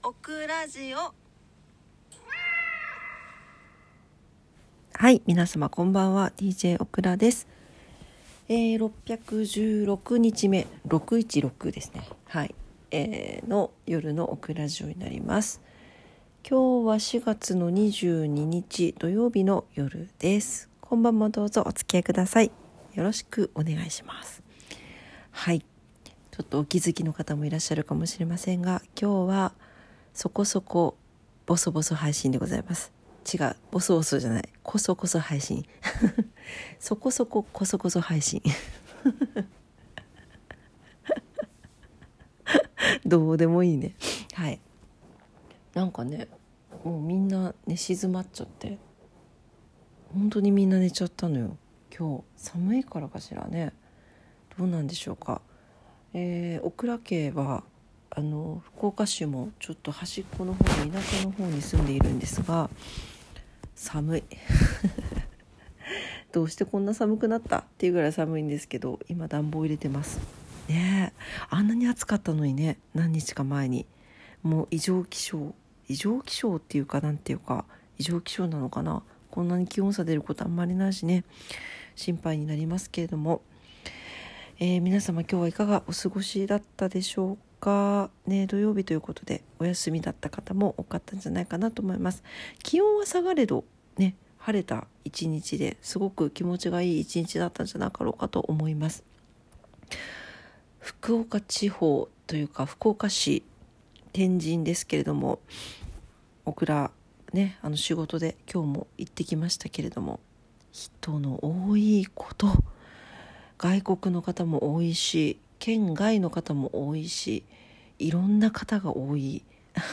オクラジオ。 はい、皆様こんばんは。 DJ オクラです。616日目、616ですね。はい、の夜のオクラジオになります。今日は4月の22日土曜日の夜です。今晩もどうぞお付き合いください。よろしくお願いします。はい、ちょっとお気づきの方もいらっしゃるかもしれませんが、今日はそこそこボソボソ配信でございます。違う、ボソボソじゃない、コソコソ配信そこそこコソコソ配信どうでもいいね。はい、なんかね、もうみんな寝静まっちゃって、本当にみんな寝ちゃったのよ。今日寒いからかしらね、どうなんでしょうか。小倉家は福岡市もちょっと端っこの方の田舎の方に住んでいるんですが、寒いどうしてこんな寒くなったっていうぐらい寒いんですけど、今暖房入れてますね。あんなに暑かったのにね、何日か前に。もう異常気象っていうか、なんていうか異常気象なのかな。こんなに気温差出ることあんまりないしね、心配になりますけれども、皆様今日はいかがお過ごしだったでしょうかね。土曜日ということでお休みだった方も多かったんじゃないかなと思います。気温は下がれどね、晴れた一日ですごく気持ちがいい一日だったんじゃなかろうかと思います。福岡地方というか福岡市天神ですけれども、オクラね、仕事で今日も行ってきましたけれども、人の多いこと、外国の方も多いし、県外の方も多いし、いろんな方が多い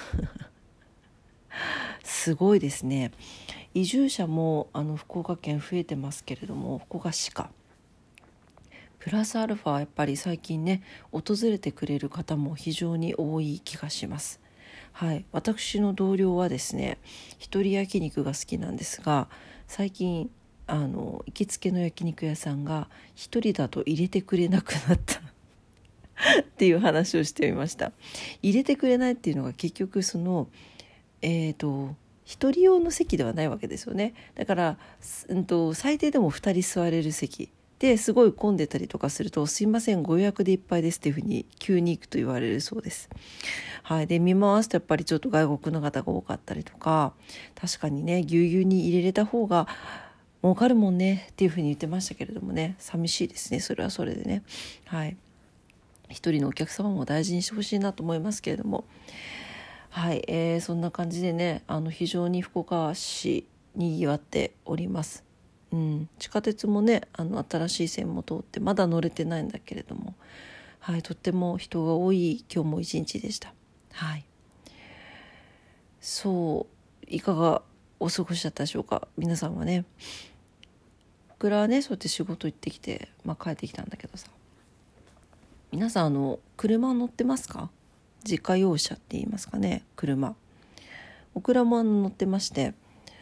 すごいですね。移住者も福岡県増えてますけれども、福岡市かプラスアルファやっぱり最近ね、訪れてくれる方も非常に多い気がします。はい、私の同僚はですね、一人焼肉が好きなんですが、最近行きつけの焼肉屋さんが一人だと入れてくれなくなったっていう話をしてみました。入れてくれないっていうのが結局その一人用の席ではないわけですよね。だから、最低でも2人座れる席ですごい混んでたりとかすると、すいませんご予約でいっぱいですっていうふうに急に行くと言われるそうです。はい、で見回すとやっぱりちょっと外国の方が多かったりとか、確かにねぎゅうぎゅうに入れれた方が儲かるもんねっていうふうに言ってましたけれどもね、寂しいですね、それはそれでね。はい、一人のお客様も大事にしてほしいなと思いますけれども、はい、そんな感じでね、非常に福岡市にぎわっております。地下鉄もね、新しい線も通ってまだ乗れてないんだけれども、はい、とっても人が多い今日も一日でした。はい、そういかがお過ごしだったでしょうか、皆さんはね。僕らはね、そうやって仕事行ってきて、帰ってきたんだけどさ、皆さん車乗ってますか？自家用車って言いますかね、車。僕らも乗ってまして、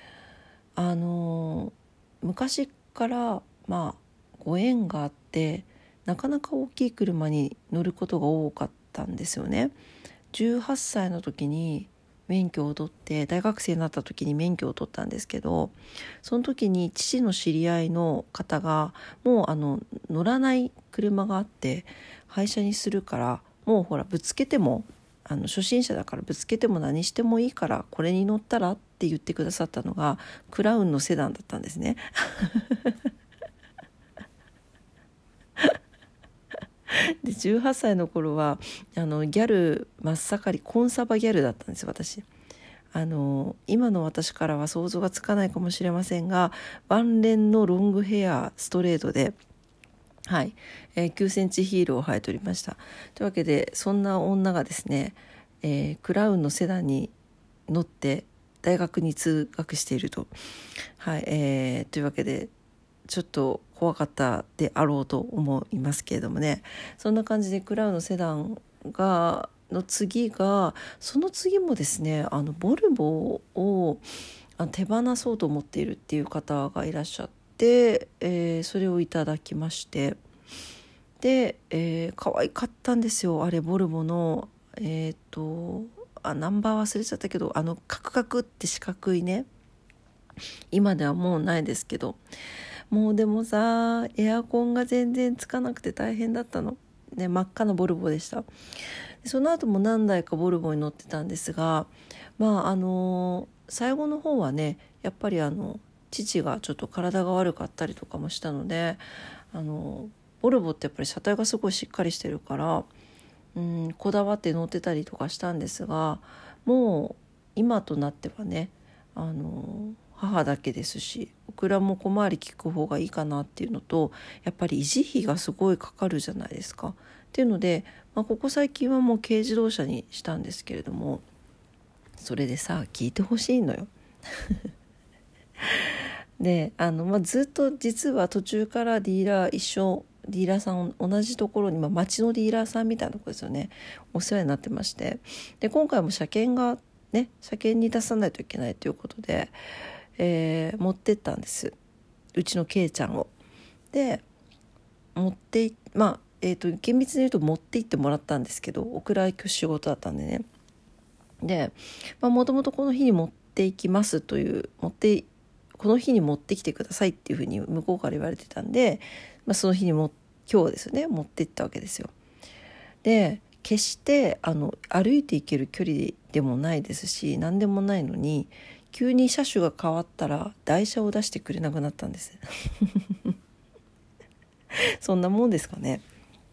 昔からご縁があって、なかなか大きい車に乗ることが多かったんですよね。18歳の時に免許を取って、大学生になった時に免許を取ったんですけど、その時に父の知り合いの方がもう乗らない車があって、廃車にするから、もうほらぶつけても初心者だからぶつけても何してもいいからこれに乗ったらって言ってくださったのがクラウンのセダンだったんですねで18歳の頃はギャル真っ盛り、コンサバギャルだったんですよ、私。今の私からは想像がつかないかもしれませんが、ワンレンのロングヘアストレートで、はい、9センチヒールを履いておりました。というわけで、そんな女がですね、クラウンのセダンに乗って大学に通学していると。はい、というわけでちょっと怖かったであろうと思いますけれどもね。そんな感じでクラウンのセダンの次が、その次もですね、ボルボを手放そうと思っているっていう方がいらっしゃって、それをいただきまして、で、可愛かったんですよ、あれボルボのナンバー忘れちゃったけど、カクカクって四角いね、今ではもうないですけど、もうでもさ、エアコンが全然つかなくて大変だったのね。真っ赤なボルボでした。その後も何台かボルボに乗ってたんですが、最後の方はね、やっぱり父がちょっと体が悪かったりとかもしたので、ボルボってやっぱり車体がすごいしっかりしてるから、こだわって乗ってたりとかしたんですが、もう今となってはね、母だけですし、オクラも小回り利く方がいいかなっていうのと、やっぱり維持費がすごいかかるじゃないですかっていうので、ここ最近はもう軽自動車にしたんですけれども、それでさ、聞いてほしいのよで、ずっと実は途中からディーラーさん同じところに、町のディーラーさんみたいなところですよね、お世話になってまして、で今回も車検に出さないといけないということで、持ってったんです、うちのケイちゃんを。で厳密に言うと持って行ってもらったんですけど、お蔵行く仕事だったんでね。で、もともとこの日に持っていきますというこの日に持ってきてくださいっていうふうに向こうから言われてたんで、その日に今日ですよね、持って行ったわけですよ。で、決して歩いて行ける距離でもないですし、何でもないのに、急に車種が変わったら台車を出してくれなくなったんですそんなもんですかね。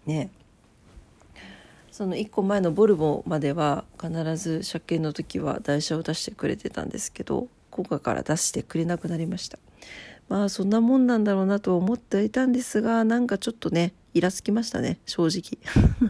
その1個前のボルボまでは必ず車検の時は台車を出してくれてたんですけど、今回から出してくれなくなりました。そんなもんなんだろうなと思っていたんですが、なんかちょっとね、イラつきましたね、正直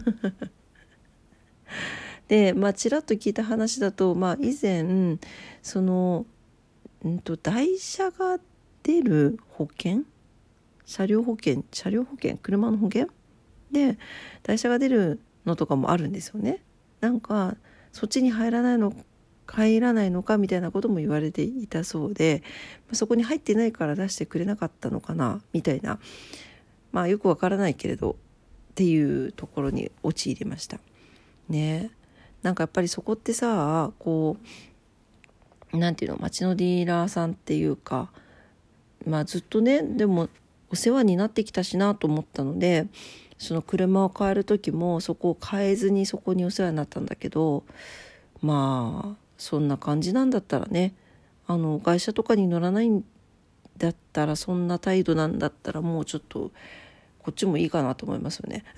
で、ちらっと聞いた話だと、以前その台車が出る保険、車両保険、車の保険で台車が出るのとかもあるんですよね。なんかそっちに入らないのかみたいなことも言われていたそうで、そこに入ってないから出してくれなかったのかなみたいな、よくわからないけれどっていうところに陥りましたね。なんかやっぱりそこってさ、なんていうの、町のディーラーさんっていうか、ずっとね、でもお世話になってきたしなと思ったので、その車を変える時もそこを変えずにそこにお世話になったんだけど、そんな感じなんだったらね、会社とかに乗らないんだったら、そんな態度なんだったら、もうちょっとこっちもいいかなと思いますよね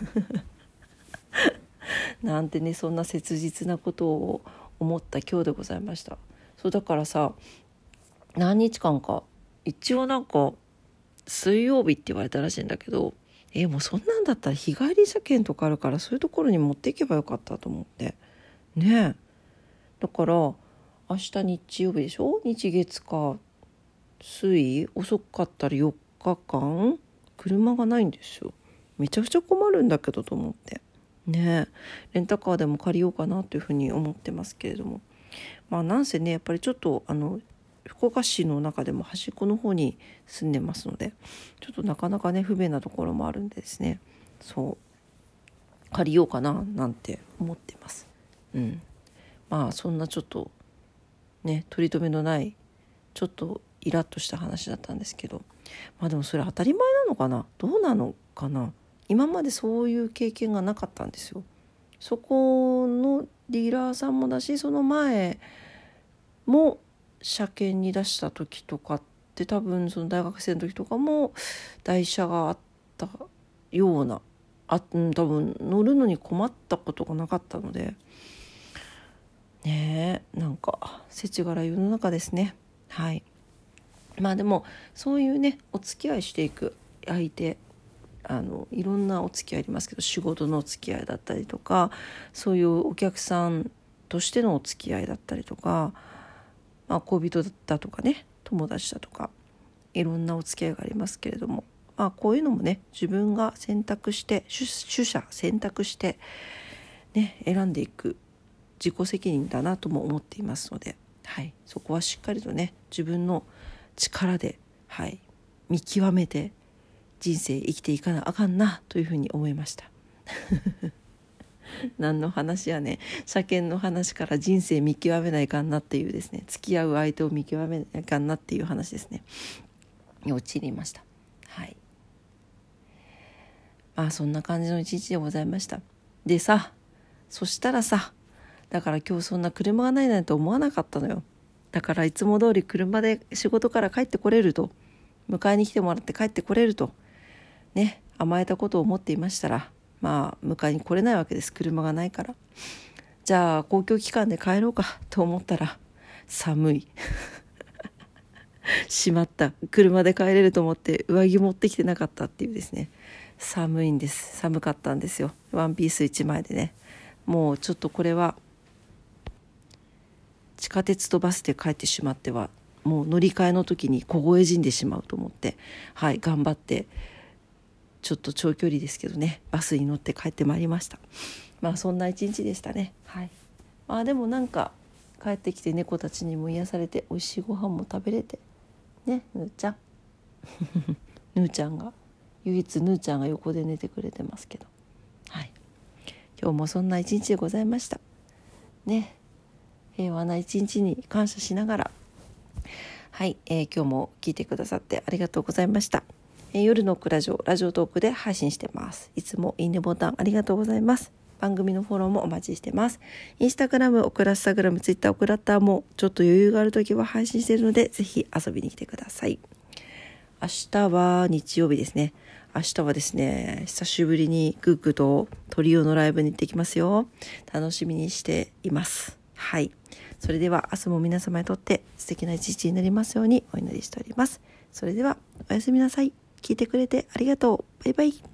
なんてね、そんな切実なことを思った今日でございました。そうだからさ、何日間か一応なんか水曜日って言われたらしいんだけど、もうそんなんだったら日帰り車検とかあるから、そういうところに持っていけばよかったと思ってね。だから明日日曜日でしょ、日月火水、遅かったら4日間車がないんですよ。めちゃくちゃ困るんだけどと思ってね。レンタカーでも借りようかなというふうに思ってますけれども、なんせね、やっぱりちょっと福岡市の中でも端っこの方に住んでますので、ちょっとなかなかね不便なところもあるんでですね、そう借りようかななんて思ってます。そんなちょっとね、取り留めのないちょっとイラッとした話だったんですけど、でもそれ当たり前なのかな、どうなのかな。今までそういう経験がなかったんですよ。そこのディーラーさんもだし、その前も車検に出した時とかって、多分その大学生の時とかも台車があったような、多分乗るのに困ったことがなかったのでね。なんか世知辛い世の中ですね。でもそういうね、お付き合いしていく相手、いろんなお付き合いありますけど、仕事のお付き合いだったりとか、そういうお客さんとしてのお付き合いだったりとか、恋人だとかね、友達だとか、いろんなお付き合いがありますけれども、こういうのもね、自分が選択して取捨選択してね、選んでいく自己責任だなとも思っていますので、そこはしっかりとね、自分の力で見極めて人生生きていかなあかんなというふうに思いました何の話やね、車検の話から人生見極めないかんなっていうですね、付き合う相手を見極めないかんなっていう話ですねに陥りました。はい。まあそんな感じの一日でございました。でさ、そしたらさ、だから今日そんな車がないなんて思わなかったのよ。だからいつも通り車で仕事から帰ってこれると、迎えに来てもらって帰ってこれるとね、甘えたことを思っていましたら、まあ迎えに来れないわけです。車がないから。じゃあ公共機関で帰ろうかと思ったら寒い。しまった。車で帰れると思って上着持ってきてなかったっていうですね。寒いんです。寒かったんですよ。ワンピース1枚でね。もうちょっとこれは地下鉄とバスで帰ってしまってはもう乗り換えの時に凍え死んでしまうと思って、はい、頑張ってちょっと長距離ですけどね、バスに乗って帰ってまいりました。まあそんな一日でしたね。はい。まあでもなんか帰ってきて猫たちにも癒されて美味しいご飯も食べれてね、ぬーちゃんぬーちゃんが唯一ぬーちゃんが横で寝てくれてますけど、はい、今日もそんな一日でございましたね。平和な一日に感謝しながら、はい、今日も聞いてくださってありがとうございました。夜のラジオトークで配信してます。いつもいいねボタンありがとうございます。番組のフォローもお待ちしてます。インスタグラム、オクラスタグラム、ツイッター、オクラッターもちょっと余裕があるときは配信しているので、ぜひ遊びに来てください。明日は日曜日ですね。明日はですね、久しぶりにグッグとトリオのライブに行ってきますよ。楽しみにしています。はい。それでは明日も皆様にとって素敵な一日になりますようにお祈りしております。それではおやすみなさい。聞いてくれてありがとう。バイバイ。